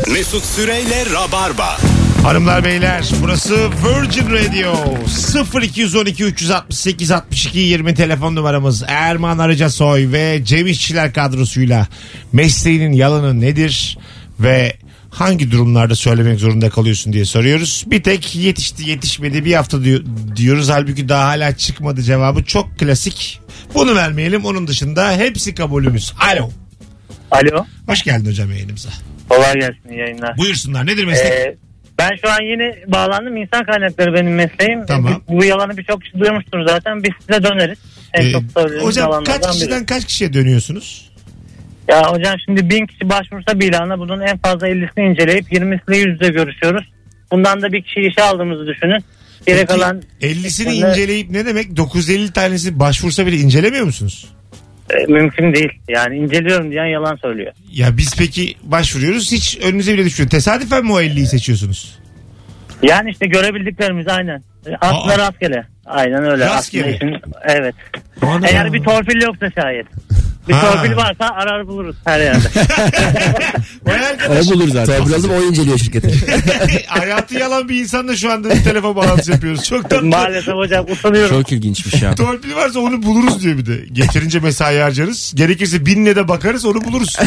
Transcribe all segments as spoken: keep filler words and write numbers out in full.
Mesut Süreyle Rabarba. Hanımlar beyler, burası Virgin Radio. sıfır iki on iki üç altı sekiz altmış iki yirmi telefon numaramız. Erman Arıcasoy ve Cem İşçiler kadrosuyla mesleğinin yalanı nedir ve hangi durumlarda söylemek zorunda kalıyorsun diye soruyoruz. Bir tek yetişti yetişmedi bir hafta diyor, diyoruz. Halbuki daha hala çıkmadı cevabı. Çok klasik. Bunu vermeyelim. Onun dışında hepsi kabulümüz. Alo. Alo. Hoş geldin hocam yayınımıza. Kolay gelsin, iyi yayınlar. Buyursunlar. Nedir meslek? Ee, ben şu an yeni bağlandım. İnsan kaynakları benim mesleğim. Tamam. Bu, bu yalanı birçok kişi duymuştur zaten. Biz size döneriz. En Ee, çok söylediğimiz hocam yalanlardan kaç kişiden biri. kaç kişiye dönüyorsunuz? Ya hocam şimdi bin kişi başvursa bir ilana bunun en fazla ellisini inceleyip yirmisiyle yüz yüze görüşüyoruz. Bundan da bir kişi işe aldığımızı düşünün. Geri Peki, kalan ellisini Sonra- inceleyip ne demek? dokuz yüz elli tanesi başvursa bile incelemiyor musunuz? e, mümkün değil. Yani inceliyorum diyen yalan söylüyor. Ya biz peki başvuruyoruz, hiç önünüze bile düşmüyor. Tesadüfen mi o elliyi seçiyorsunuz? Yani işte görebildiklerimiz aynen. Aslında Aa. rastgele. Aynen öyle. Rastgele. Aslında işin- evet. Ana. Eğer bir torpil yoksa şayet. Bir Ha. torpil varsa arar buluruz her yerde. Vay arkadaş. O bulur zaten. Torpil alıp o inceliyor şirketi. Hayatı yalan bir insanla şu anda bir telefon bağlantısı yapıyoruz. Çok tatlı. Maalesef hocam utanıyorum. Çok ilginçmiş ya. Torpil varsa onu buluruz diyor bir de. Getirince mesai harcarız. Gerekirse binle de bakarız, onu buluruz.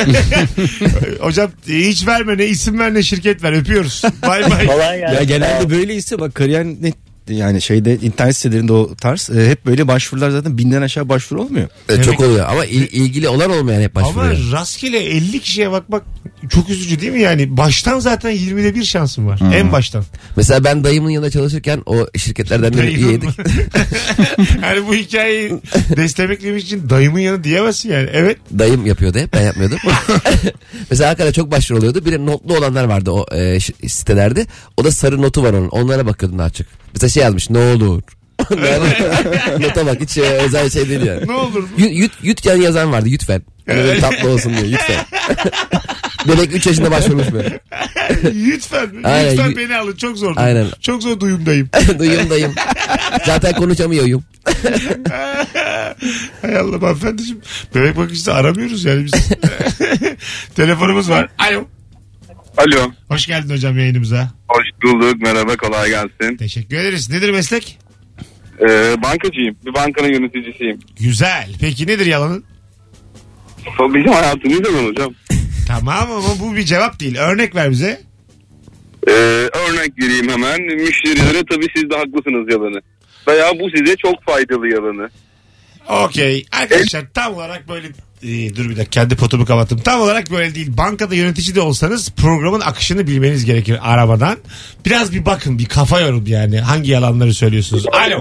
Hocam hiç verme, ne isim ver ne şirket ver, öpüyoruz. Bay bay. Kolay gelsin. Ya genelde böyleyse bak kariyer net yani şeyde internet sitelerinde o tarz e, hep böyle başvurular zaten binden aşağı başvuru olmuyor. Evet, çok Demek- oluyor ama il- ilgili olan olmayan hep Ama başvuruyor. rastgele elli kişiye bakmak çok üzücü değil mi yani? Baştan zaten yirmide bir şansım var. En baştan. Mesela ben dayımın yanında çalışırken o şirketlerden biri Dayımın üyeydik. mı? Yani bu hikayeyi desteklemek için dayımın yanı diyemezsin yani. Evet. Dayım yapıyordu hep, ben yapmıyordum. Mesela hakikaten çok başvuru oluyordu. Bir de notlu olanlar vardı o e, ş- sitelerde. O da sarı notu var onun. Onlara bakıyordum daha çok. Mesela şey yazmış, ne olur. Nota bak, hiç e, özel şey değil yani. Ne olur. Yut, yut, yut yani yazan vardı, lütfen. Hani böyle tatlı olsun diye, lütfen. Bebek üç yaşında başvurmuş böyle. Lütfen. Aynen, Lütfen y- beni alın. Çok zor. Aynen. Çok zor duyumdayım. Duyum dayım. Zaten konuşamıyorum. Hay Allah hanımefendiciğim. Bebek bakıcısı aramıyoruz yani biz. Telefonumuz var. Alo. Alo. Hoş geldin hocam yayınımıza. Hoş bulduk. Merhaba. Kolay gelsin. Teşekkür ederiz. Nedir meslek? Ee, bankacıyım. Bir bankanın yöneticisiyim. Güzel. Peki nedir yalanın? O bizim hayatımız yalan hocam. Tamam ama bu bir cevap değil. Örnek ver bize. Ee, örnek vereyim hemen. Müşterilere tabii siz de haklısınız yalanı. Veya bu size çok faydalı yalanı. Okey. Arkadaşlar tam olarak böyle... Ee, dur bir dakika, kendi potumu kapattım. Tam olarak böyle değil. Bankada yönetici de olsanız programın akışını bilmeniz gerekir arabadan. Biraz bir bakın, bir kafa yorun yani. Hangi yalanları söylüyorsunuz? Alo.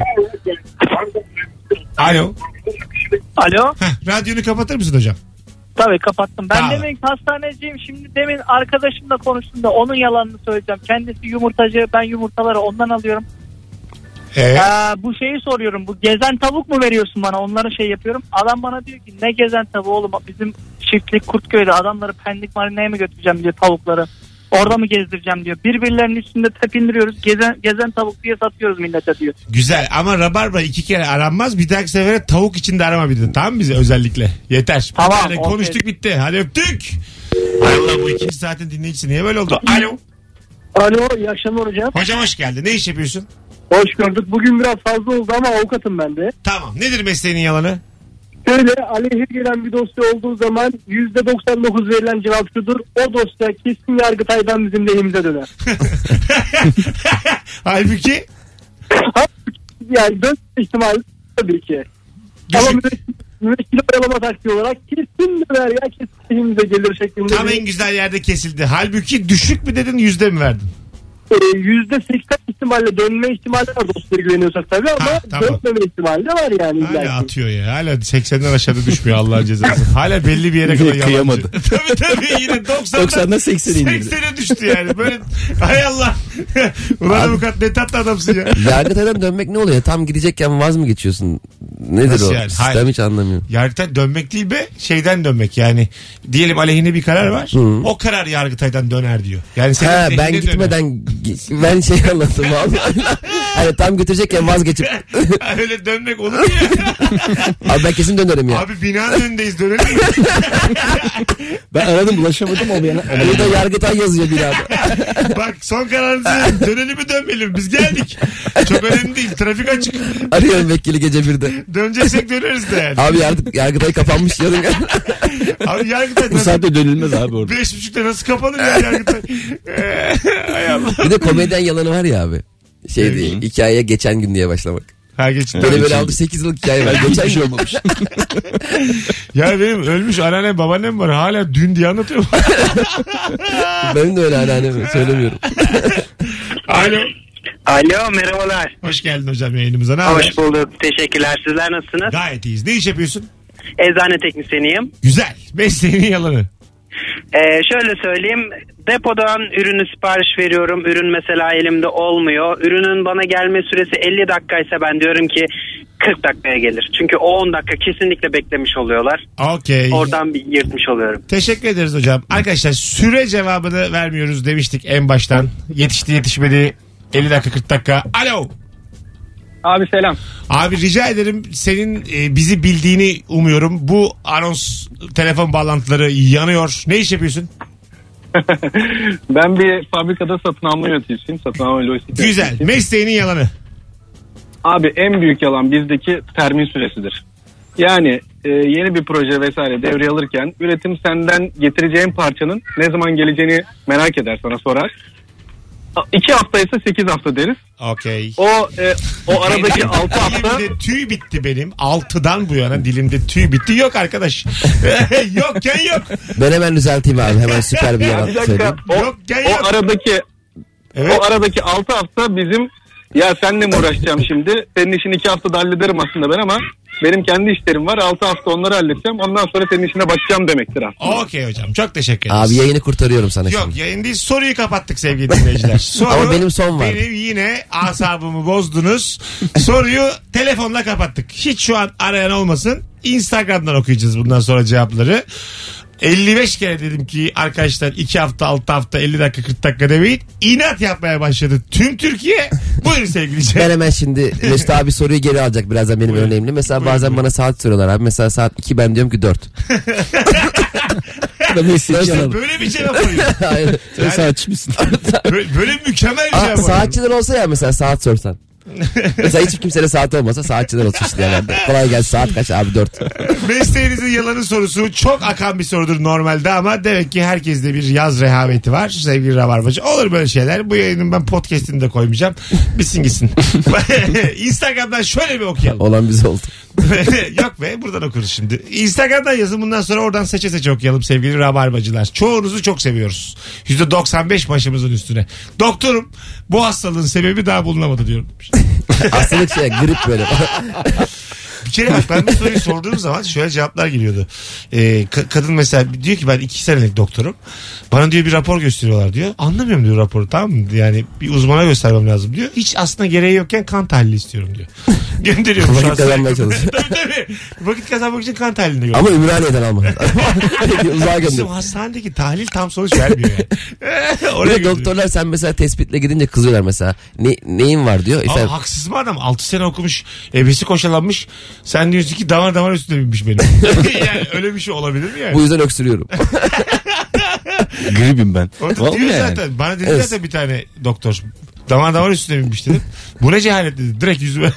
Alo. Alo. Heh, radyonu kapatır mısın hocam? Tabii kapattım. Ben Tamam. demin hastaneciyim. Şimdi demin arkadaşımla konuştum da onun yalanını söyleyeceğim. Kendisi yumurtacı. Ben yumurtaları ondan alıyorum. Ee, Ee, bu şeyi soruyorum. Bu gezen tavuk mu veriyorsun bana? Onları şey yapıyorum. Adam bana diyor ki ne gezen tavuğu oğlum? Bizim çiftlik Kurtköy'de adamları Pendik Marina'ya mı götüreceğim diyor tavukları. Orada mı gezdireceğim diyor. Birbirlerinin üstünde tepindiriyoruz. Gezen, gezen tavuk diye satıyoruz millete diyor. güzel ama Rabarba iki kere aranmaz. Bir dahaki sefere tavuk için de arama bir de. Tamam mı bize özellikle? Yeter. Tamam, Bir tane okey. konuştuk, bitti. Hadi öptük. Hay Allah, bu ikinci saatin dinleyicisi niye böyle oldu? Alo. Alo, iyi akşamlar hocam. Hocam hoş geldin. Ne iş yapıyorsun? Hoş gördük. Bugün biraz fazla oldu ama avukatım ben de. Tamam. Nedir mesleğinin yalanı? Şöyle aleyhe gelen bir dosya olduğu zaman yüzde doksan dokuz verilen cevap şudur. O dosya kesin Yargıtay'dan bizim lehimize döner. Halbuki Yani dört ihtimal tabii ki. Ama düşün. müvekkil, müvekkil oyalama taktiği olarak kesin döner ya, kesin lehimize gelir şeklinde. Tam bir- en güzel yerde kesildi. Halbuki düşük mü dedin, yüzde mi verdin? yüzde seksen ihtimalle dönme ihtimali var dosyaya güveniyorsak tabii ama Ha, tamam. dönmeme ihtimali de var yani. Hala illaki. atıyor ya. Hala seksenden aşağıda düşmüyor Allah'ın cezası. Hala belli bir yere kadar yalancı. Kıyamadı. tabii tabii yine doksandan doksandan seksene indirdi. seksene düştü yani. Böyle hay Allah. Ulan avukat ne tatlı adamsın ya. Yargıtay'dan dönmek ne oluyor? Tam gidecekken vaz mı geçiyorsun? Nedir Nasıl o? yani? Sistem Hayır. hiç anlamıyorum. Yargıtay dönmek değil be, şeyden dönmek yani. Diyelim aleyhine bir karar var. Hı. O karar Yargıtay'dan döner diyor. Yani senin Ha, ben lehine gitmeden Ben şey anlattım abi. Hani tam götürecekken vazgeçip. Öyle dönmek olur mu ya? Abi ben kesin dönerim ya. Abi binanın önündeyiz, dönelim mi? Ben aradım ulaşamadım o bana. Burada Yargıtay yazıyor binada. Bak son kararınızı, dönelim mi dönmeyelim mi? Biz geldik. Çok önemli değil, trafik açık. Arıyorum vekili gece birde. Döneceksek döneriz de yani. Abi yargı, Yargıtay kapanmış yarın. Abi Yargıtay Bu nasıl? saatte dönülmez abi orada. Beş buçukta nasıl kapanır ya Yargıtay? Hay Allah. Bir de komedyen yalanı var ya abi. Şey değil, hikayeye geçen gün diye başlamak. Ha geçin. Böyle böyle aldı sekiz yıllık hikaye var. Geçen gün olmamış. Ya benim ölmüş anneannem babaannem var, hala dün diye anlatıyorum. Benim de öyle anneanneme söylemiyorum. Alo. Alo, merhabalar. Hoş geldin hocam yayınımıza. Ne haber? Hoş bulduk. Teşekkürler. Sizler nasılsınız? Gayet iyiyiz. Ne iş yapıyorsun? Eczane teknisyeniyim. Güzel. Mesleğinin yalanı. Ee, şöyle söyleyeyim. Depodan ürünü sipariş veriyorum. Ürün mesela elimde olmuyor. Ürünün bana gelme süresi elli dakikaysa ben diyorum ki kırk dakikaya gelir. Çünkü o on dakika kesinlikle beklemiş oluyorlar. Okey. Oradan bir yırtmış oluyorum. Teşekkür ederiz hocam. Arkadaşlar süre cevabını vermiyoruz demiştik en baştan. Yetişti yetişmedi. elli dakika kırk dakika. Alo. Abi selam. Abi rica ederim, senin e, bizi bildiğini umuyorum. Bu anons telefon bağlantıları yanıyor. Ne iş yapıyorsun? Ben bir fabrikada satın alma yöneticisiyim. Satın alma lojistik Güzel. yöneticisiyim. Mesleğinin yalanı. Abi en büyük yalan bizdeki termin süresidir. Yani e, yeni bir proje vesaire devreye alırken üretim senden getireceğin parçanın ne zaman geleceğini merak eder, sana sorar. İki hafta ise sekiz hafta deriz. Okey. O e, o aradaki Benim altı hafta dilimde tüy bitti benim. Altıdan bu yana dilimde tüy bitti. Yok arkadaş. Yokken yok. Ben hemen düzelteyim abi. Hemen süper bir yalan bir dakika söyleyeyim. o, Yokken o yok. aradaki Evet. o aradaki altı hafta bizim, ya senle mi uğraşacağım şimdi? Senin işini iki haftada hallederim aslında ben ama benim kendi işlerim var. Altı hafta onları halledeceğim. Ondan sonra senin işine bakacağım demektir aslında. Okey hocam. Çok teşekkür ederiz. Abi yayını kurtarıyorum sana Yok şimdi. yayın değil, soruyu kapattık sevgili dinleyiciler. Soru, Ama benim son var. Benim yine asabımı bozdunuz. Soruyu telefonla kapattık. Hiç şu an arayan olmasın. Instagram'dan okuyacağız bundan sonra cevapları. elli beş kere dedim ki arkadaşlar iki hafta altı hafta elli dakika kırk dakika demeyin. İnat yapmaya başladı tüm Türkiye. Buyurun sevgili Cem. Ben hemen şimdi Mesut abi soruyu geri alacak birazdan benim Buyurun. örneğimle. Mesela Buyurun, bazen buyurun. bana saat soruyorlar abi. Mesela saat iki, ben diyorum ki dört. Sen böyle bir cevap arıyor. Aynen. Sen saatçi misin? Böyle, böyle mükemmel bir Aa, cevap arıyor. saatçiler olsa ya mesela saat sorsan. Mesela hiç kimsenin saati olmasa saatçiler olsun işte yerlerde. Kolay gelsin, saat kaç abi, dört. Mesleğinizin yalanı sorusu çok akan bir sorudur normalde ama demek ki herkeste bir yaz rehaveti var sevgili Rabarbacı. Olur böyle şeyler. Bu yayının ben podcast'ini de koymayacağım. Bitsin gitsin. Instagram'dan şöyle bir okuyalım. Olan bize oldu. Yok be, buradan okuruz şimdi. Instagram'dan yazın, bundan sonra oradan seçe seçe okuyalım sevgili Rabarbacılar. Çoğunuzu çok seviyoruz. yüzde doksan beş başımızın üstüne. Doktorum, bu hastalığın sebebi daha bulunamadı diyorum. Hastalık şey, grip böyle. Bir kere bak, ben bu soruyu sorduğum zaman şöyle cevaplar geliyordu. Ee, ka- kadın mesela diyor ki ben iki senelik doktorum. Bana diyor bir rapor gösteriyorlar diyor. Anlamıyorum diyor raporu, tamam mı? Yani bir uzmana göstermem lazım diyor. Hiç aslında gereği yokken kan tahlili istiyorum diyor. Gönderiyorum. Vakit kazanmaya çalışıyor. Tabii tabii. Vakit kazanmak için kan tahlilini gönderiyor. Ama Ümraniye'den alma. Uzağa Bizim gönder. hastanedeki tahlil tam sonuç vermiyor yani. Bir Oraya de gönderiyor. doktorlar sen mesela tespitle gidince kızıyorlar mesela. Ne, neyin var diyor. Ama Efendim, haksız mı adam? altı sene okumuş. Ebesi koşalanmış. Sen diyorsun ki damar damar üstüne binmiş benim. Yani öyle bir şey olabilir mi yani? bu yüzden öksürüyorum. Gribim ben. O da Vallahi diyor yani. zaten. Bana dedi Evet. zaten bir tane doktor. Damar damar üstüne binmiş dedim. Bu ne cehalet dedi. Direkt yüzüme.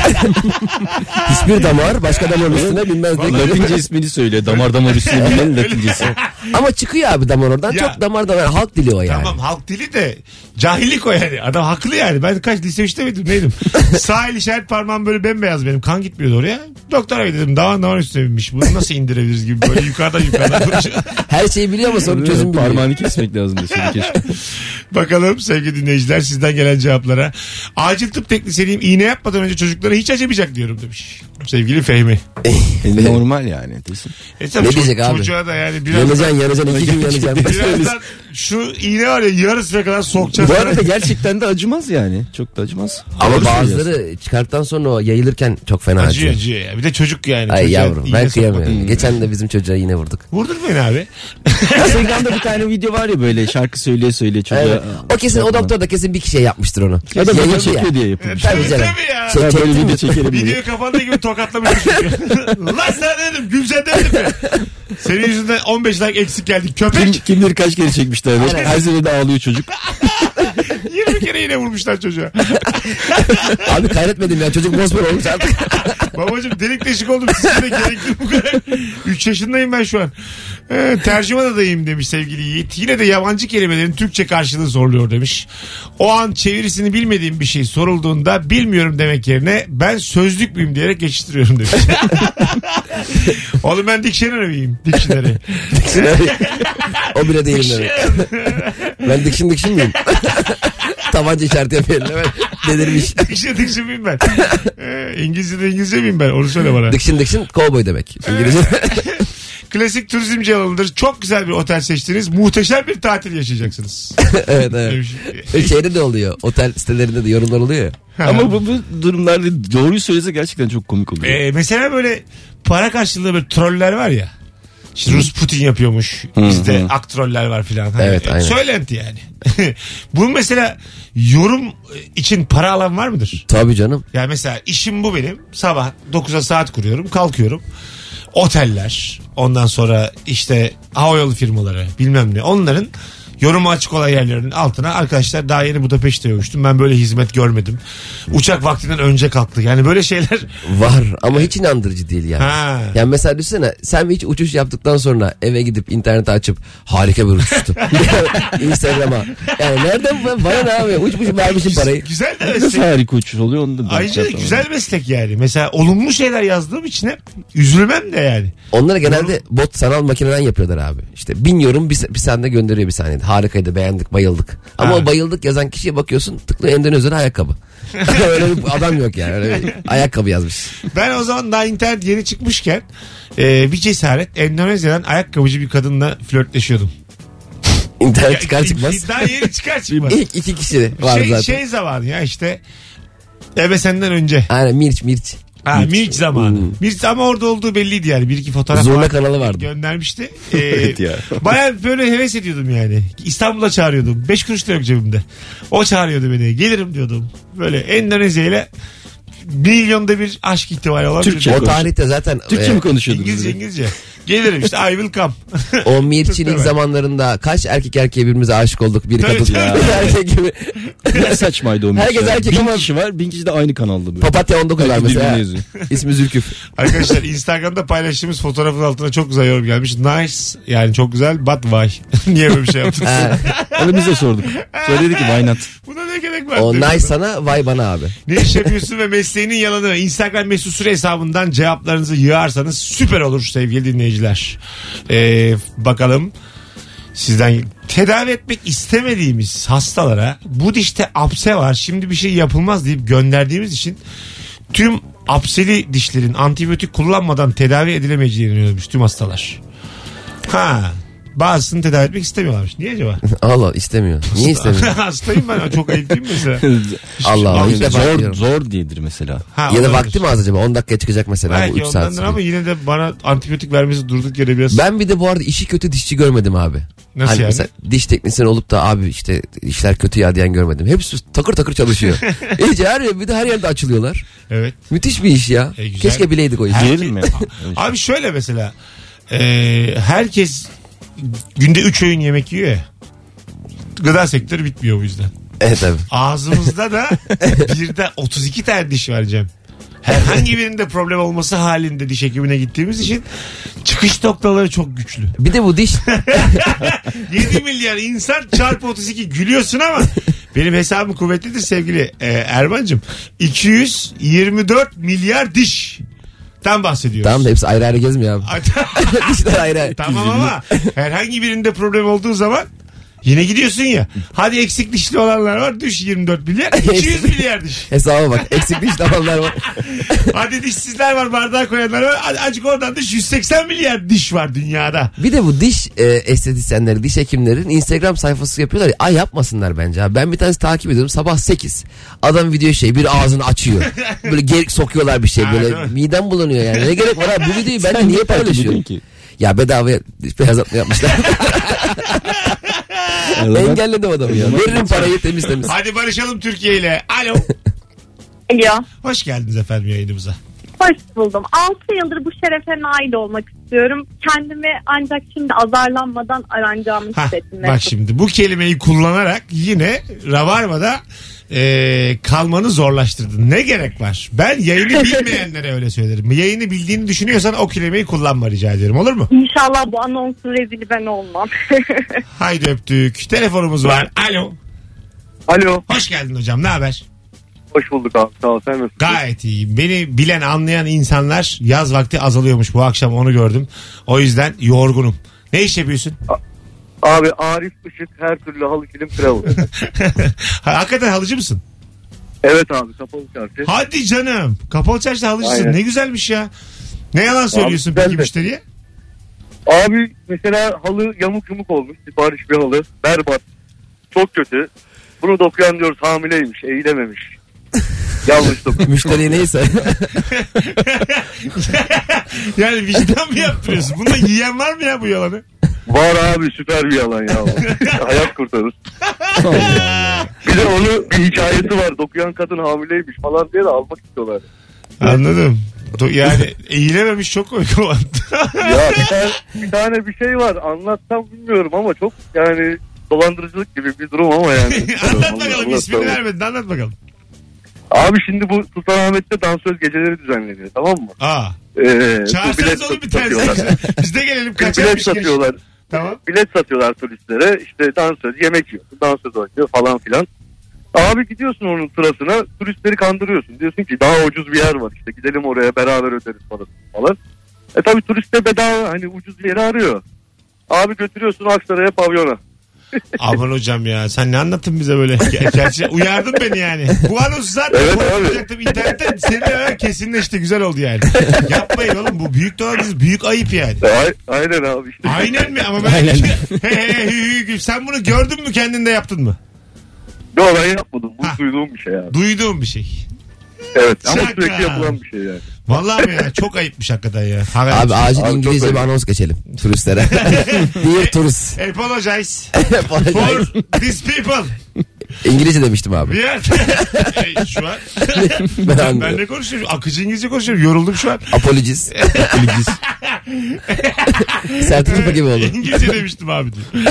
Hiçbir damar başka damarın üstüne binmez diye. Latince ismini söyle. Damar damar üstüne bilmenin Latincesi. Ama çıkıyor abi damar oradan. Ya. Çok damar damar. Halk dili o yani. Tamam, halk dili de cahillik o yani. Adam haklı yani. Ben kaç lise üçte miydim neydim? Sağ el işaret parmağım böyle bembeyaz benim. Kan gitmiyordu oraya. Doktora dedim damar damar üstüne binmiş. Bunu nasıl indirebiliriz gibi böyle yukarıdan yukarıdan konuşuyor. Her şeyi biliyor ama sonra çözüm bilmiyor. Parmağını kesmek lazım deseydi keşke. Bakalım sevgili dinleyiciler sizden gelen cevaplara. Acil tıp teknisyeniyim, iğne yapmadan önce çocuklara hiç acımayacak diyorum demiş. Sevgili Fehmi. E, normal yani. Desin. E tabii Ne ço- diyecek abi? Çocuğa da yani biraz Yanacaksın yanacaksın iki gün yanacaksın. birazdan şu iğne var ya yarısına kadar sokacağız. Bu arada gerçekten de acımaz yani. Çok da acımaz. Ama Doğru bazıları söylüyorsun. çıkarttıktan sonra o yayılırken çok fena Acıyor acıyor. acıyor ya. Bir de çocuk yani. Ay Çocuğa yavrum iğne ben sokmak. kıyamıyorum. Geçen de bizim çocuğa yine vurduk. Vurdun beni abi. Instagram'da bir tane video var ya böyle şarkı söyleye söyleye çocuğa. Evet. O kesin o doktor da kesin bir kişiye yapmıştır onu. Ya da böyle Yayıldı çekiyor ya. diye yapılmış. Tabii canım. Tabii ya. Şey, Ben böyle çektin video mi? çekerim diye. Videoyu kapandığı gibi tokatlamış çocuk. Lan sana dedim Gülsen dedim mi? Senin yüzünden on beş like eksik geldik Kim, köpek. kim bilir kaç kere çekmişler. Aynen. Her seferinde ağlıyor çocuk. yirmi kere yine vurmuşlar çocuğa. Abi kaybetmedim ya çocuk mosmor olmuş artık. Babacım delik deşik oldum. Sizin de gerekli bu kadar. üç yaşındayım ben şu an. Ee, tercüman adayım demiş sevgili Yiğit. Yine de yabancı kelimelerin Türkçe karşılığı soruluyor demiş. O an çevirisini bilmediğim bir şey sorulduğunda bilmiyorum demek yerine ben sözlük müyüm diyerek geçiştiriyorum demiş. Oğlum ben dictionary'yim. Dictionary. O bile değilim demek. Ben dikşin dikşin miyim? Tabanca işareti yapıyorum hemen. Delirmiş. Diction diction miyim ben? Ee, İngilizce'de İngilizce miyim ben? Onu söyle bana. Dikşin dikşin cowboy demek. İngilizce. Klasik turizmci alanıdır. Çok güzel bir otel seçtiniz. Muhteşem bir tatil yaşayacaksınız. Evet evet. Demiş. Şeyde de oluyor. Otel sitelerinde de yorumlar oluyor ya. Ama bu, bu durumlarda doğruyu söylese gerçekten çok komik oluyor. Ee, mesela böyle para karşılığı böyle troller var ya. İşte Rus Putin yapıyormuş. Bizde ak troller var filan. Hani, Evet, aynen. söylenti yani. Bunun mesela yorum için para alan var mıdır? Tabii canım. Yani mesela işim bu benim. Sabah dokuza saat kuruyorum. Kalkıyorum. Oteller. Ondan sonra işte havayolu firmaları bilmem ne. Onların yorumu açık olan yerlerinin altına arkadaşlar daha yeni Budapeşte'ye uçtum. Ben böyle hizmet görmedim. Uçak vaktinden önce kalktı. Yani böyle şeyler. Var ama hiç inandırıcı değil yani. Ha. Yani mesela düşünsene sen hiç uçuş yaptıktan sonra eve gidip interneti açıp harika bir uçuştu. Instagram'a. Yani nereden ben bana ne abi uçmuşum vermişim parayı. Güzel de Nasıl meslek. harika uçuş oluyor onu da. Ayrıca güzel meslek yani. Mesela olumlu şeyler yazdığım için hep üzülmem de yani. Onları genelde bot sanal makineden yapıyorlar abi. İşte bin yorum bir, bir saniye gönderiyor bir saniyede. Harikaydı beğendik bayıldık. Ama Ha. o bayıldık yazan kişiye bakıyorsun tıklıyor Endonezya'da ayakkabı. Öyle bir adam yok yani. Öyle bir ayakkabı yazmış. Ben o zaman daha internet yeni çıkmışken e, bir cesaret Endonezya'dan ayakkabıcı bir kadınla flörtleşiyordum. İnternet çıkar çıkmaz. Daha yeni çıkar çıkmaz. İlk iki kişi var şey, zaten. şey zamanı ya işte eve senden önce. Aynen Mirç Mirç. Ha, Mirç zamanı. Hmm. Mirç ama orada olduğu belliydi yani. Bir iki fotoğraf Zurna var, kanalı vardı. göndermişti. Ee, Evet ya. Baya böyle heves ediyordum yani. İstanbul'a çağırıyordum. Beş kuruş da yok cebimde. O çağırıyordu beni. Gelirim diyordum. Böyle Endonezya ile milyonda bir aşk ihtimali olan Türkçe bir- O konuş- tarihte zaten Türkçe e, mi konuşuyordunuz? İngilizce böyle? İngilizce. Gelirim işte I will come. o Mirç'in Türkçe ilk var. zamanlarında kaç erkek erkeğe birbirimize aşık olduk. Biri Tabii, kadın. tabii. Bir erkek gibi. Ne saçmaydı o. Herkes mesela. erkek bin ama- kişi var bin kişi de aynı kanalda böyle. Papatya on dokuz var Herkes mesela. birbirine yazıyor. İsmi Zülküf. Arkadaşlar Instagram'da paylaştığımız fotoğrafın altına çok güzel yorum gelmiş. Nice yani çok güzel but why? Niye böyle bir şey yaptın? Ha, Onu biz de sorduk. Söyledik ki why not? Buna ne gerek var? o dedim. nice sana vay bana abi. Ne iş yapıyorsun ve mesleğinin yalanı Instagram mesut süre hesabından cevaplarınızı yığarsanız süper olur sevgili dinleyiciler. Ee, bakalım sizden tedavi etmek istemediğimiz hastalara bu dişte apse var şimdi bir şey yapılmaz deyip gönderdiğimiz için tüm apseli dişlerin antibiyotik kullanmadan tedavi edilemeyeceğini inanıyormuş tüm hastalar. Ha, bazısını tedavi etmek istemiyorlarmış. Niye acaba? Allah istemiyor. Niye istemiyor? Hastayım ben. Çok ayıp değil mi mesela? Allah Allah. Apse İlk defa Zor diyorum. zor diyedir mesela. Ha, Ya da olabilir. vakti mi az acaba? on dakikaya çıkacak mesela bu Belki üç saat. ondandır ama yine de bana antibiyotik vermesi durduk yere biraz. Ben bir de bu arada işi kötü dişçi görmedim abi. Nasıl hani yani? mesela diş teknisyeni olup da abi işte işler kötü ya diyen görmedim. Hepsi takır takır çalışıyor. İyice her yer, bir de her yerde açılıyorlar. Evet. Müthiş bir iş ya. E, güzel. Keşke bileydik o işi. Her- Diyelim mi? Abi şöyle mesela e, herkes günde üç öğün yemek yiyor ya. Gıda sektörü bitmiyor o yüzden. Evet tabii. Ağzımızda da birde otuz iki tane diş var Cem. Herhangi birinde problem olması halinde diş hekimine gittiğimiz için çıkış noktaları çok güçlü. Bir de bu diş yedi milyar insan çarpı otuz iki gülüyorsun ama benim hesabım kuvvetlidir sevgili e, Erman'cığım. iki yüz yirmi dört milyar dişten bahsediyoruz. tamam da hepsi ayrı ayrı gezmiyor abi. Dişler ayrı ayrı. Tamam ama herhangi birinde problem olduğu zaman Yine gidiyorsun ya. Hadi eksik dişli olanlar var. Düş yirmi dört milyar. iki yüz milyar diş. Hesaba bak. Eksik dişli olanlar var. Hadi dişsizler var. Bardağa koyanlar var. Hadi azıcık oradan düş. yüz seksen milyar diş var dünyada. Bir de bu diş e, estetisyenleri, diş hekimlerin Instagram sayfası yapıyorlar ya. Ay yapmasınlar bence abi. Ben bir tanesi takip ediyorum. Sabah sekiz. Adam video şey bir ağzını açıyor. Böyle gerek sokuyorlar bir şey. Böyle ha, midem bulanıyor yani. Ne gerek var abi? Bu videoyu ben niye paylaşıyorum? ki? Ya bedavaya diş beyazlatma yapmışlar. Engelledim adamı ya. Veririm parayı temiz temiz. Hadi barışalım Türkiye ile. Alo. Alo. Hoş geldiniz efendim yayınımıza. Hoş buldum. altı yıldır bu şerefe nail olmak istiyorum. Kendimi ancak şimdi azarlanmadan aranacağımı Hah, hissettim. bak şimdi bu kelimeyi kullanarak yine Rabarba'da e, kalmanı zorlaştırdın. Ne gerek var? Ben yayını bilmeyenlere öyle söylerim. Yayını bildiğini düşünüyorsan o kelimeyi kullanma rica ederim. Olur mu? İnşallah bu anonsun rezili ben olmam. Haydi öptük. Telefonumuz var. Alo. Alo. Hoş geldin hocam. Ne haber? Hoş bulduk abi. Sağ ol. Sen nasılsın? Gayet iyiyim. Beni bilen anlayan insanlar yaz vakti azalıyormuş. Bu akşam onu gördüm. O yüzden yorgunum. Ne iş yapıyorsun? Abi Arif Işık her türlü halı kilim travel. Hakikaten halıcı mısın? Evet abi kapalı çarşı. Hadi canım. Kapalı çarşıda halıcısın. Aynen. Ne güzelmiş ya. Ne yalan söylüyorsun Abi, peki güzel de. müşteriye? Abi mesela halı yamuk yumuk olmuş. Sipariş bir halı. Berbat. Çok kötü. Bunu dokuyan diyoruz hamileymiş. Eğilememiş. Yanlış dokun. Müşteri neyse. Yani vicdan mı yaptırıyorsun? Bunda yiyen var mı ya bu yalanı? Var abi süper bir yalan ya. Hayat kurtarır. Bir de onun bir hikayesi var. Dokuyan kadın hamileymiş falan diye de almak istiyorlar. Anladım. Do- Yani eğilememiş çok komik olan. Ya bir tane, bir tane bir şey var. Anlatsam bilmiyorum ama çok yani dolandırıcılık gibi bir durum ama yani. Anlat bakalım Anlat, ismini tamam. vermedin anlat bakalım. Abi şimdi bu Sultanahmet'te dansöz geceleri düzenleniyor tamam mı? Aa. Ee, Çağırsanız oğlum bir tane. Biz de gelelim Bilet kaçarmış. satıyorlar. Tamam. Bilet satıyorlar turistlere. İşte dansöz yemek yiyor. Dansöz oynuyor falan filan. Abi gidiyorsun onun sırasına turistleri kandırıyorsun. Diyorsun ki daha ucuz bir yer var işte gidelim oraya beraber öderiz falan falan. E tabi turist de bedava hani ucuz bir yeri arıyor. Abi götürüyorsun Aksaray'a pavyona. Aman hocam ya sen ne anlattın bize böyle? Ger- Gerçi uyardın beni yani. Bu anonsu zaten Evet koyacaktım internetten. Senin öyle kesinleşti güzel oldu yani. Yapmayın oğlum bu büyük dolandırıcı büyük ayıp yani. E, ay- aynen abi işte. Aynen mi? Ama ben Aynen. he he hü hü, sen bunu gördün mü kendinde yaptın mı? Yo ben yapmadım. Bu Ha. duyduğum bir şey abi. Duyduğum bir şey. Evet ama Şaka. sürekli yapılan bir şey yani. Vallahi mi ya? Çok ayıpmış hakikaten ya. Haber Abi acil Abi çok İngilizce bir önemli. anons geçelim turistlere. Dear tourist. Apologize for these people. İngilizce demiştim abi. We are... Ey, şu an Ben ben, ben anlıyorum. ne konuşuyorum? Akıcı İngilizce konuşuyorum. Yoruldum şu an. Apologies. Apologies. Sertifika gibi oldu. İngilizce demiştim abi diyor.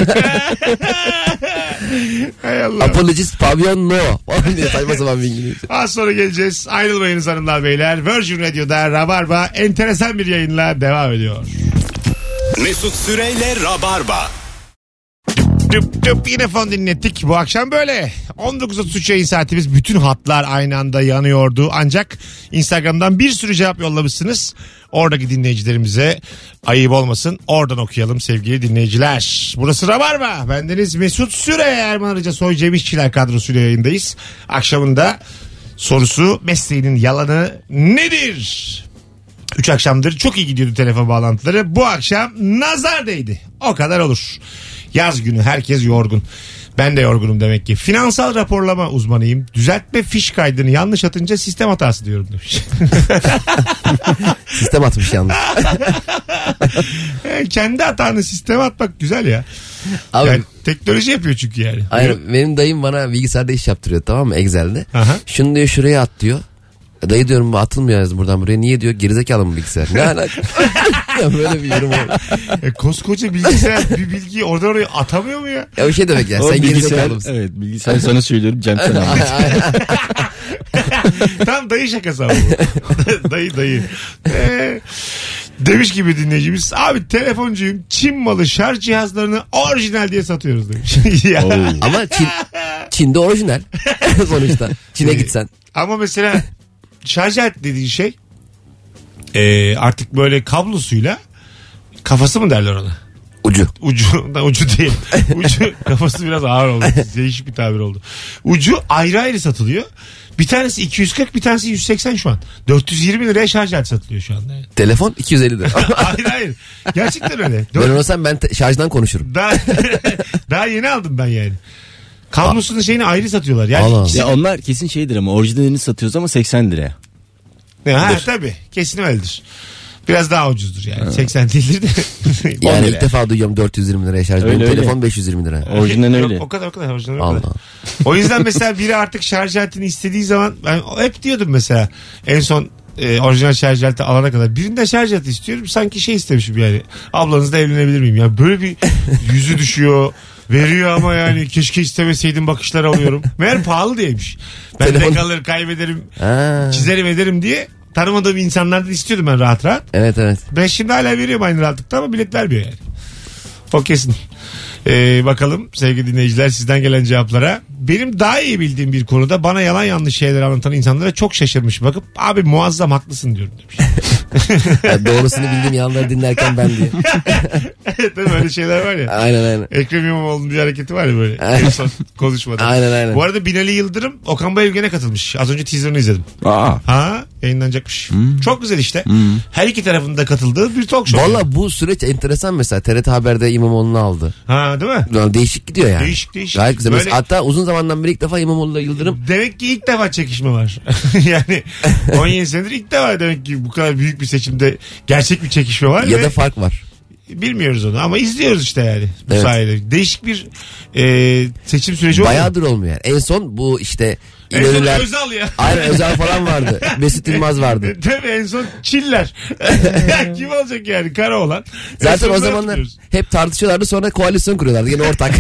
Hay Allah. Apologies pavyon no. Falan diye saçma sapan bir İngilizce. Az sonra geleceğiz. Ayrılmayınız hanımlar beyler. Virgin Radio'da Rabarba enteresan bir yayınla devam ediyor. Mesut Süreyle Rabarba. Düp düp yine fon dinlettik. Bu akşam böyle. on dokuz otuz üç yayın saatimiz. Bütün hatlar aynı anda yanıyordu. Ancak Instagram'dan bir sürü cevap yollamışsınız. Oradaki dinleyicilerimize ayıp olmasın. Oradan okuyalım sevgili dinleyiciler. Burası Rabarba. Bendeniz Mesut Süre, Erman Arıca Soy, Cem İşçiler kadrosuyla yayındayız. Akşamında sorusu mesleğinin yalanı nedir? Üç akşamdır çok iyi gidiyordu telefon bağlantıları. Bu akşam nazar değdi. O kadar olur. Yaz günü herkes yorgun. Ben de yorgunum demek ki. Finansal raporlama uzmanıyım. Düzeltme fiş kaydını yanlış atınca sistem hatası diyorum demiş. Sistem atmış yalnız. Kendi hatanı sisteme atmak güzel ya. Abi Yani teknoloji yapıyor çünkü yani. aynen, benim dayım bana bilgisayarda iş yaptırıyor tamam mı Excel'de. Aha. Şunu diyor şuraya at diyor. Dayı diyorum bu atılmıyor yazdım buradan buraya. Niye diyor gerizekalı mı bilgisayar? Ne alaka? Ya böyle bir yorum var. E, koskoca bilgisayar bir bilgiyi oradan oraya atamıyor mu ya? Ya bir şey demek ya O sen bilgisayar, gerizekalı mısın? evet bilgisayar sana söylüyorum Cem sen anlat. Tam dayı şakası ama bu. dayı dayı. Ee, demiş gibi dinleyicimiz. Abi telefoncuyum. Çin malı şarj cihazlarını orijinal diye satıyoruz demiş. Ya. Ama Çin, Çin'de orijinal sonuçta. Çin'e gitsen. Ama mesela şarj alet dediğin şey e, artık böyle kablosuyla kafası mı derler ona? Ucu. Ucu, da ucu değil. Ucu kafası biraz ağır oldu. Değişik bir tabir oldu. Ucu ayrı ayrı satılıyor. Bir tanesi iki yüz kırk, bir tanesi yüz seksen şu an. dört yüz yirmi liraya şarj aleti satılıyor şu anda. Yani. Telefon iki yüz elli lira. Hayır hayır. Gerçekten öyle. Ben olsam ben te- şarjdan konuşurum. Daha, daha yeni aldım ben yani. Kablosunun şeyini ayrı satıyorlar. Yani Allah. ikisi- Ya onlar kesin şeydir ama orijinalini satıyoruz ama seksen liraya. Ha tabii. Kesin öyledir. Biraz daha ucuzdur yani. Ha. seksen değildir de. Yani ilk defa duyuyorum dört yüz yirmi liraya şarj. Öyle, Benim öyle. telefon beş yüz yirmi lira. Orijinal öyle. Yok, o kadar o kadar orijinal o Allah. kadar. O yüzden mesela biri artık şarj aletini istediği zaman ben hep diyordum mesela en son e, orijinal şarj aleti alana kadar birinden şarj aleti istiyorum sanki şey istemişim yani ablanızla evlenebilir miyim yani böyle bir yüzü düşüyor veriyor ama yani keşke istemeseydim bakışlar alıyorum. Meğer pahalı diyeymiş. Ben Telefon... de kalır kaybederim Ha. çizerim ederim diye tanımadığım insanlardan istiyordum ben rahat rahat. Evet evet. Ben şimdi hala veriyorum aynı rahatlıkta ama bilet vermiyor yani. O kesin. Ee, bakalım sevgili dinleyiciler sizden gelen cevaplara. Benim daha iyi bildiğim bir konuda bana yalan yanlış şeyler anlatan insanlara çok şaşırmış. Bakıp abi muazzam haklısın diyorum demiş. Yani doğrusunu bildiğim yanları dinlerken ben diye. Evet değil mi? Öyle şeyler var ya. Aynen aynen. Ekrem İmamoğlu'nun bir hareketi var ya böyle. En son konuşmada. Aynen aynen. Bu arada Binali Yıldırım Okan Bayülgen'e katılmış. Az önce teaserını izledim. Aa. Ha yayınlanacakmış. Hmm. Çok güzel işte. Hmm. Her iki tarafında katıldığı bir talk show. Valla yani. bu süreç enteresan mesela. T R T Haber'de İmamoğlu'nu aldı. Ha değil mi? Yani değişik gidiyor yani. Değişik değişik. Gayet güzel. Böyle... Mesela hatta uzun zamandan beri ilk defa İmamoğlu'yla Yıldırım. Demek ki ilk defa çekişme var. Yani on yedi senedir ilk defa demek ki bu kadar büyük bir seçimde gerçek bir çekişme var. Ya ve da fark var. bilmiyoruz onu ama izliyoruz işte yani bu Evet. sayede. Değişik bir e, seçim süreci oldu. Bayağıdır olmuyor. En son bu işte En son İnönüler. Özal ya. Aynen Özal falan vardı. Mesut Yılmaz vardı. Tabii en son Çiller. Kim olacak yani kara olan. Zaten o zamanlar hep tartışıyorlardı sonra koalisyon kuruyorlardı. Yine ortak.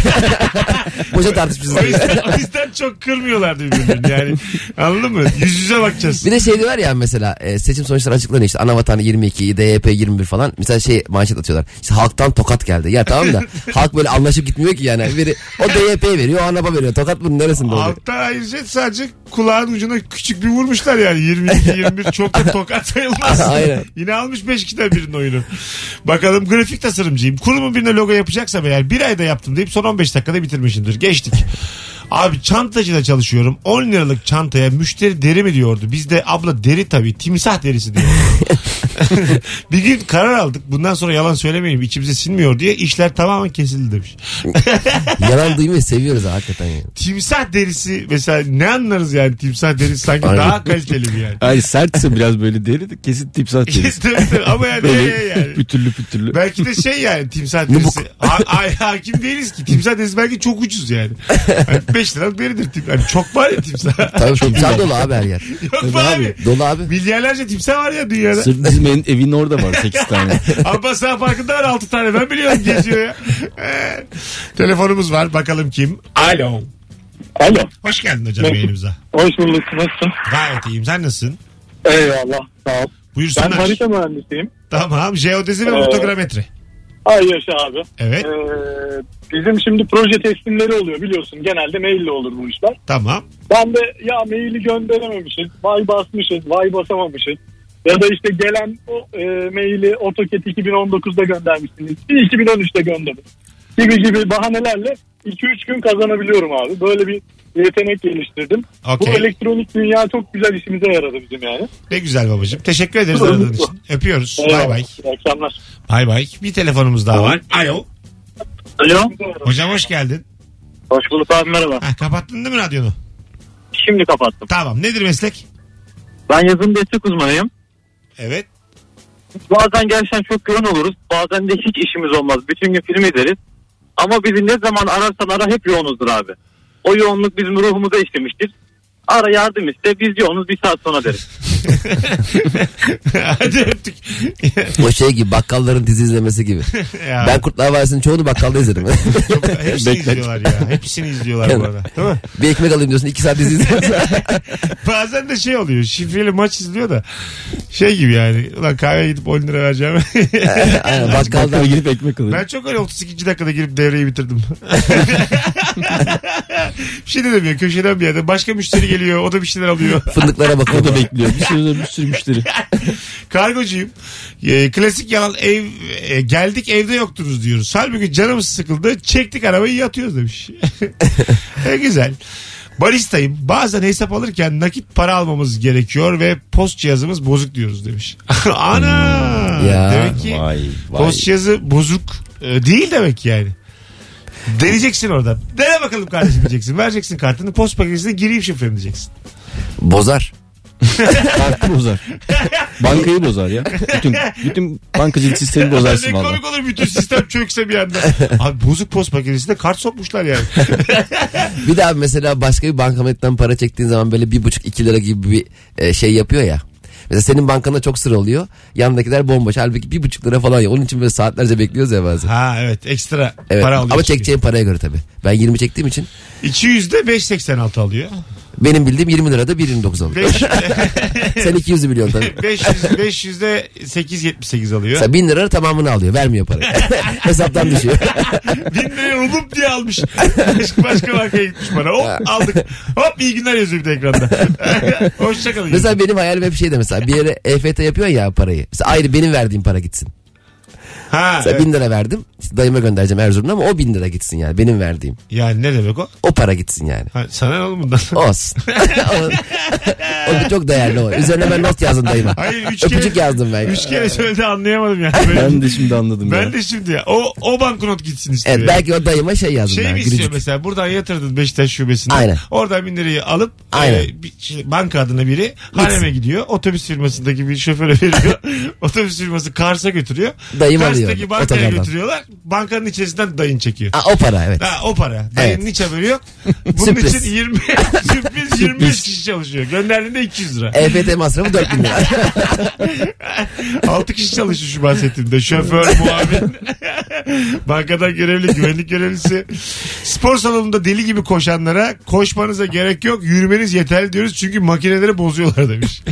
Boşa tartışmışız. O yüzden, o yüzden çok kırmıyorlardı birbirlerini yani. Anladın mı? Yüz yüze bakacağız. Bir de şey diyorlar ya mesela e, seçim sonuçları açıklanıyor işte Anavatan yirmi iki, D Y P yirmi bir falan. Mesela şey manşet atıyorlar. İşte halktan tokat geldi. Ya tamam da halk böyle anlaşıp gitmiyor ki yani. Biri, o D Y P veriyor o ANAP'a veriyor. Tokat bunun neresinde oluyor? Halktan ayrıca sadece kulağın ucuna küçük bir vurmuşlar yani. yirmi iki yirmi bir çok da tokat sayılmaz. Aynen. Yine almış beş kişiden birinin oyunu. Bakalım grafik tasarımcıyım. Kurumun birine logo yapacaksam eğer bir ayda yaptım deyip son on beş dakikada bitirmişimdir. Geçtik. Abi çantacıda çalışıyorum. on liralık çantaya müşteri deri mi diyordu. Biz de abla deri tabii. Timsah derisi diyor. Bir gün karar aldık. Bundan sonra yalan söylemeyelim. İçimize sinmiyor diye işler tamamen kesildi demiş. Yalan duymayı seviyoruz ha, hakikaten yani. Timsah derisi mesela ne anlarız yani timsah derisi sanki Aynen. daha kaliteli bir yani. Ay sertse biraz böyle deri de kesin timsah derisi. Tabii, tabii. Ama yani, Böyle yani. pütürlü pütürlü. Belki de şey yani timsah derisi. Ha, ay, hakim değiliz ki. Timsah derisi belki çok ucuz yani. yani beş liralık deridir. Yani çok var ya timsah. Tabii timsah dolu abi her yer. Yok mu abi? Dolu abi. Milyarlarca timsah var ya dünyada. Sırf bizim evin, evin orada var sekiz tane. Abbas Ağa Parkı'nda var altı tane. Ben biliyorum geziyor ya. Ee, telefonumuz var. Bakalım kim? Alo. Alo. Hoş geldin hocam yayınımıza. Hoş bulduk. Nasılsın? Gayet iyiyim. Sen nasılsın? Eyvallah. Sağ ol. Buyursunlar. Ben harita mühendisiyim. Tamam. Jeodezi ve Ee, fotogrametri. Ay yaşa abi. Evet. Ee, bizim şimdi proje teslimleri oluyor biliyorsun. Genelde maille olur bu işler. Tamam. Ben de ya maili gönderememişiz. Vay basmışız. Vay basamamışız. Ya da işte gelen o e, maili AutoCAD iki bin on dokuzda göndermişsiniz. iki bin on üçte gönderdim. Gibi gibi bahanelerle iki üç gün kazanabiliyorum abi. Böyle bir yetenek geliştirdim. Okay. Bu elektronik dünya çok güzel işimize yaradı bizim yani. Ne güzel babacığım. Teşekkür ederiz aradığın için. Öpüyoruz. Bay bay. İyi akşamlar. Bay bay. Bir telefonumuz daha var. Alo. Alo. Hocam hoş geldin. Hoş bulduk abi merhaba. Heh, kapattın değil mi radyonu? Şimdi kapattım. Tamam. Nedir meslek? Ben yazılım destek uzmanıyım. Evet. Bazen gerçekten çok yoğun oluruz. Bazen de hiç işimiz olmaz. Bütün gün film izleriz. Ama bizi ne zaman ararsan ara hep yoğunuzdur abi. O yoğunluk bizim ruhumuza işlemiştir. Ara yardım iste biz yoğunuz bir saat sonra deriz. Hadi öptük. O şey gibi bakkalların dizi izlemesi gibi. Ya. Ben Kurtlar Vadisi'nin çoğunu bakkalda izledim. Çok, hepsini izliyorlar ya. Hepsini izliyorlar bu arada. Değil mi? Bir ekmek alayım diyorsun iki saat dizi izliyorsun. Bazen de şey oluyor. Şifreli maç izliyor da şey gibi yani. Ulan kahveye gidip on lira vereceğim. Aynen Bakkala bakkaldan. gidip ekmek alıyor. Ben çok öyle otuz ikinci dakikada girip devreyi bitirdim. Bir şey de demiyor. Köşeden bir yerde. Başka müşteri geliyor. O da bir şeyler alıyor. Fındıklara bakıyor. O da bekliyor. Bir sürü bir sürü müşteri. Kargocuyum. E, klasik yalan ev e, geldik evde yoktunuz diyoruz. Halbuki canımız sıkıldı. Çektik arabayı yatıyoruz demiş. e, güzel. Baristayım. Bazen hesap alırken nakit para almamız gerekiyor ve post cihazımız bozuk diyoruz demiş. Ana! Ya, demek ki vay, vay. post cihazı bozuk e, değil demek yani. Deneyeceksin oradan. Dene bakalım kardeşim diyeceksin. Vereceksin kartını, post paketine gireyim şifremi diyeceksin. Bozar. Kartı bozar. Bankayı bozar ya. Bütün bütün bankacılık sistemi bozarsın Ne valla. komik olur bütün sistem çökse bir anda. Abi bozuk post makinesine kart sokmuşlar yani. Bir de abi mesela başka bir bankamatikten para çektiğin zaman böyle bir buçuk iki lira gibi bir e, şey yapıyor ya. Mesela senin bankanda çok sıra oluyor. Yanındakiler bomboş. Halbuki bir buçuk lira falan ya. Onun için böyle saatlerce bekliyoruz ya bazen. Ha evet, ekstra Evet. para alıyor. Ama çekeceğin paraya göre tabii. Ben yirmi çektiğim için. iki yüzde beş seksen altı alıyor. Benim bildiğim yirmi lirada bir yirmi dokuz alıyor. Sen iki yüzü biliyorsun tabii. beş yüz beş yüzde sekiz yetmiş sekiz alıyor. Mesela bin lira tamamını alıyor. Vermiyor parayı. Hesaptan düşüyor. bin liraya rulup diye almış. Başka, başka bankaya gitmiş para. Hop aldık. Hop iyi günler yazıyor bir de ekranda. Hoşçakalın. Mesela benim hayalim hep şeyde, mesela bir yere E F T yapıyor ya parayı. Mesela ayrı benim verdiğim para gitsin. Ha, Mesela evet. bin lira verdim. İşte dayıma göndereceğim Erzurum'da ama o bin lira gitsin yani. Benim verdiğim. Yani ne demek o? O para gitsin yani. Ha, sana ne oğlum bundan? Olsun. o, o çok değerli o. Üzerine ben not yazdım dayıma. Hayır, üç Öpücük kere, yazdım ben. Üç kere söyledi anlayamadım yani. Böyle, Ben de şimdi anladım ben ya. de şimdi ya. O, o banknot gitsin istiyor. Evet, belki o dayıma şey yazdım Şey ben. mi istiyor Gülücük. mesela, buradan yatırdın Beşiktaş şubesine. Aynen. Oradan bin lirayı alıp Aynen. e, bir, şey, banka adına biri Harem'e gidiyor. Otobüs firmasındaki bir şoföre veriyor. Otobüs firması Kars'a götürüyor. Dayım alıyor. Kars'taki bankaya Otogardan. götürüyorlar. Bankanın içerisinden dayın çekiyor. Ha, o para evet. Ha, o para. Dayının Evet. hiç haberi yok. Bunun Sürpriz. için yirmi sürpriz yirmi beş kişi çalışıyor. Gönderdiğinde iki yüz lira. E F T masrafı dört bin lira. altı kişi çalışıyor şu bahsettiğimde. Şoför, muavin, bankadan görevli, güvenlik görevlisi. Spor salonunda deli gibi koşanlara koşmanıza gerek yok, yürümeniz yeterli diyoruz çünkü makineleri bozuyorlar demiş.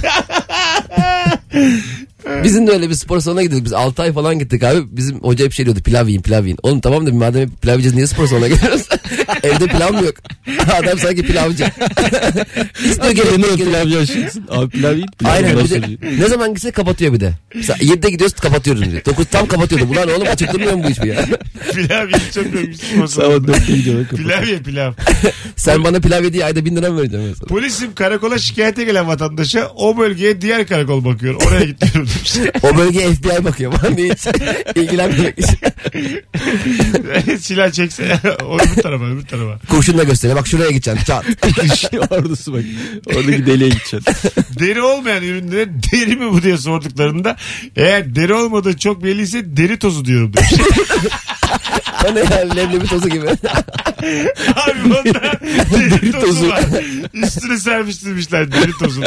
Bizim de öyle bir spor salonuna gidiyorduk. Biz altı ay falan gittik abi. Bizim hoca hep şey diyordu, pilav yiyin pilav yiyin. Oğlum tamam da madem hep pilav yiyeceğiz niye spor salonuna gidiyoruz? Evde pilav mı yok? Adam sanki pilavcı. İstiyor Gene gelin. pilav yaşıyorsun. Abi pilav yiyin. Pilav Aynen, bir nasıl de yiyor? ne zaman gitse kapatıyor bir de. Mesela yedide gidiyoruz kapatıyoruz diyor. dokuz tam kapatıyordu. Ulan oğlum açıklamıyor mu bu iş bir ya? Pilav ye çok övmüş spor Sabah salonunda. dörtte gidiyor. Pilav ye pilav. Sen bana pilav yediği ayda bin lira mı vereceksin mesela? Polisim karakola şikayete gelen vatandaşa o bölgeye diğer karakol bakıyor. Oraya gidiyorum demiş. O bölgeye F B I bakıyor. Bana hiç ilgilenmemek için. Silah çekse o öbür tarafa öbür tarafa. Kurşunla gösteriyor. Bak şuraya gideceksin. Çat. Şey ordusu bak. Oradaki deliğe gideceksin. Deri olmayan ürünlere deri mi bu diye sorduklarında eğer deri olmadığı çok belliyse deri tozu diyorum demiş. O ne ya, leblebi tozu gibi. Abi onda deri, Deri tozu, tozu. var. Üstüne serpiştirmişler deri tozunu.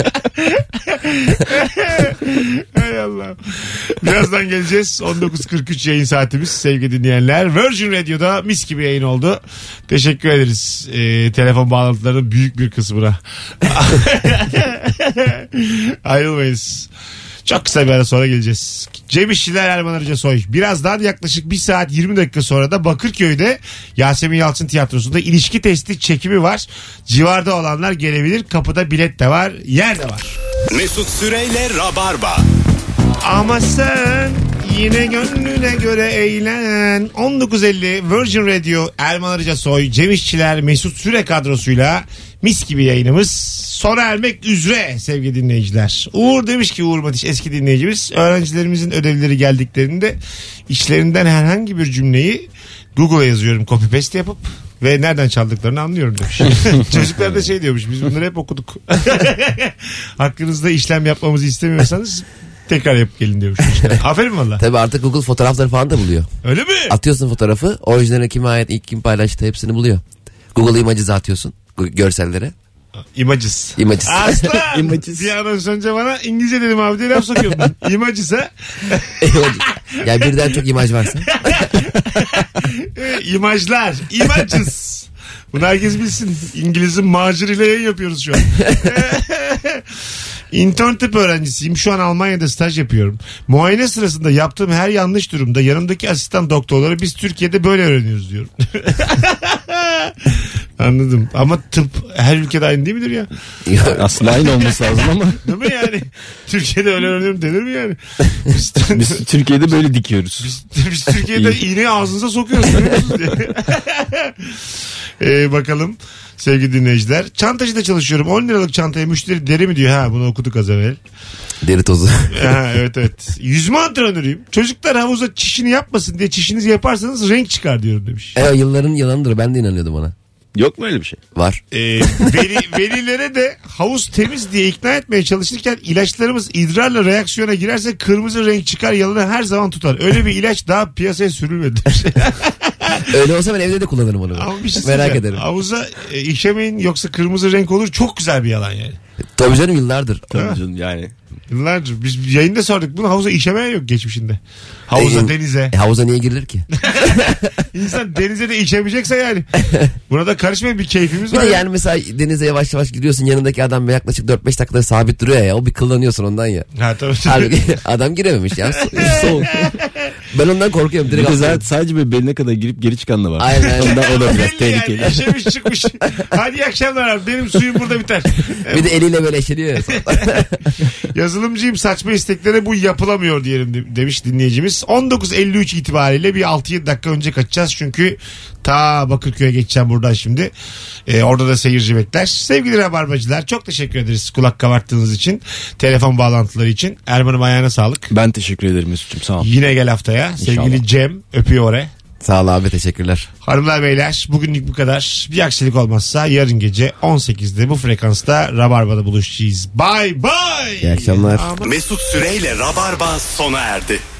Hay Allah. Birazdan geleceğiz. on dokuz kırk üç yayın saatimiz sevgili dinleyenler. Virgin Radio'da mis gibi yayın oldu. Teşekkür ederiz. Ee, telefon bağlantılarının büyük bir kısmına. Ayrılmayız. Çok kısa bir ara sonra geleceğiz. Cem İşçiler, Erman Arıca Soy. Birazdan yaklaşık bir saat yirmi dakika sonra da Bakırköy'de Yasemin Yalçın Tiyatrosu'nda ilişki testi çekimi var. Civarda olanlar gelebilir. Kapıda bilet de var. Yer de var. Mesut Süreyle Rabarba. Ama sen yine gönlüne göre eğlen. on dokuz elli Virgin Radio, Erman Arıca Soy, Cem İşçiler, Mesut Süre kadrosuyla mis gibi yayınımız sona ermek üzere sevgili dinleyiciler. Uğur demiş ki, Uğur Matiş eski dinleyicimiz, öğrencilerimizin ödevleri geldiklerinde işlerinden herhangi bir cümleyi Google'a yazıyorum copy paste yapıp ve nereden çaldıklarını anlıyorum demiş. Çocuklar da şey diyormuş, biz bunları hep okuduk. Hakkınızda işlem yapmamızı istemiyorsanız tekrar yapıp gelin diyormuş. İşte. Aferin valla. Tabii artık Google fotoğrafları falan da buluyor. Öyle mi? Atıyorsun fotoğrafı, orijinali kime ait, ilk kim paylaştı hepsini buluyor. Google Images'a atıyorsun görsellere. Images. Images. Aslan. Images. Bir an önce bana İngilizce dedim abi diye laf sokuyordum. Images'a. Yani birden çok imaj varsa. e, imajlar. Images. Bunu herkes bilsin. İngiliz'in maceriyle yayın yapıyoruz şu an. İntern tıp öğrencisiyim. Şu an Almanya'da staj yapıyorum. Muayene sırasında yaptığım her yanlış durumda yanımdaki asistan doktorları biz Türkiye'de böyle öğreniyoruz diyorum. Anladım. Ama tıp her ülkede aynı değil midir ya? Aslında aynı olması lazım ama. Değil mi yani? Türkiye'de öyle öğreniyorum denir mi yani? Biz, Biz Türkiye'de böyle dikiyoruz. Biz, biz Türkiye'de iğneyi ağzınıza sokuyoruz. Görüyor musunuz diye. ee, bakalım sevgili dinleyiciler. Çantacıda çalışıyorum. on liralık çantaya müşteri deri mi diyor. Ha bunu okuduk az evvel. Deri tozu. Ha, evet evet. Yüzme antrenörüyüm. Çocuklar havuza çişini yapmasın diye çişinizi yaparsanız renk çıkar diyorum demiş. E, yılların yalanıdır. Ben de inanıyordum ona. Yok mu öyle bir şey? Var. Ee, veli, velilere de havuz temiz diye ikna etmeye çalışırken ilaçlarımız idrarla reaksiyona girerse kırmızı renk çıkar yalanı her zaman tutar. Öyle bir ilaç daha piyasaya sürülmedi. Öyle olsa ben evde de kullanırım onu. Ama bir şey Merak ederim. Havuza e, işemeyin yoksa kırmızı renk olur. Çok güzel bir yalan yani. Tabii canım yıllardır. Tabii canım yani. Yıllardır. Biz yayında sorduk bunu, havuza işemeyen yok geçmişinde. Havuza, E, denize. E, havuza niye girilir ki? İnsan denize de içemeyecekse yani. Buna da karışmayın, bir keyfimiz Bir var. de yani mesela denize yavaş yavaş gidiyorsun, yanındaki adam yaklaşık dört beş dakikada sabit duruyor ya, o bir kıllanıyorsun ondan ya. Ha tabii. Halbuki adam girememiş ya. So- soğuk. Ben ondan korkuyorum. Bir Direkt de zaten atlıyorum. sadece böyle beline kadar girip geri çıkan da var. Aynen, aynen. Ondan o da biraz Belli tehlikeli. yani, işemiş çıkmış. Hadi iyi akşamlar abi, benim suyum burada biter. Bir de eliyle böyle eşeliyor ya. Yazılımcıyım, saçma isteklere bu yapılamıyor diyelim de- demiş dinleyicimiz. on dokuz elli üç itibariyle bir altı yedi dakika önce kaçacağız çünkü ta Bakırköy'e geçeceğim buradan şimdi. Ee, orada da seyirci bekler. Sevgili Rabarbacılar, çok teşekkür ederiz kulak kabarttığınız için, telefon bağlantıları için. Erman'ım ayağına sağlık. Ben teşekkür ederim Mesut'cum, sağ ol. Yine gel haftaya. İnşallah. Sevgili Cem öpüyor oraya. Sağ ol abi, teşekkürler. Hanımlar beyler, bugünlük bu kadar. Bir aksilik olmazsa yarın gece on sekizde bu frekansta Rabarba'da buluşacağız. Bye bye. İyi akşamlar. Ama- Mesut Süreyle Rabarba sona erdi.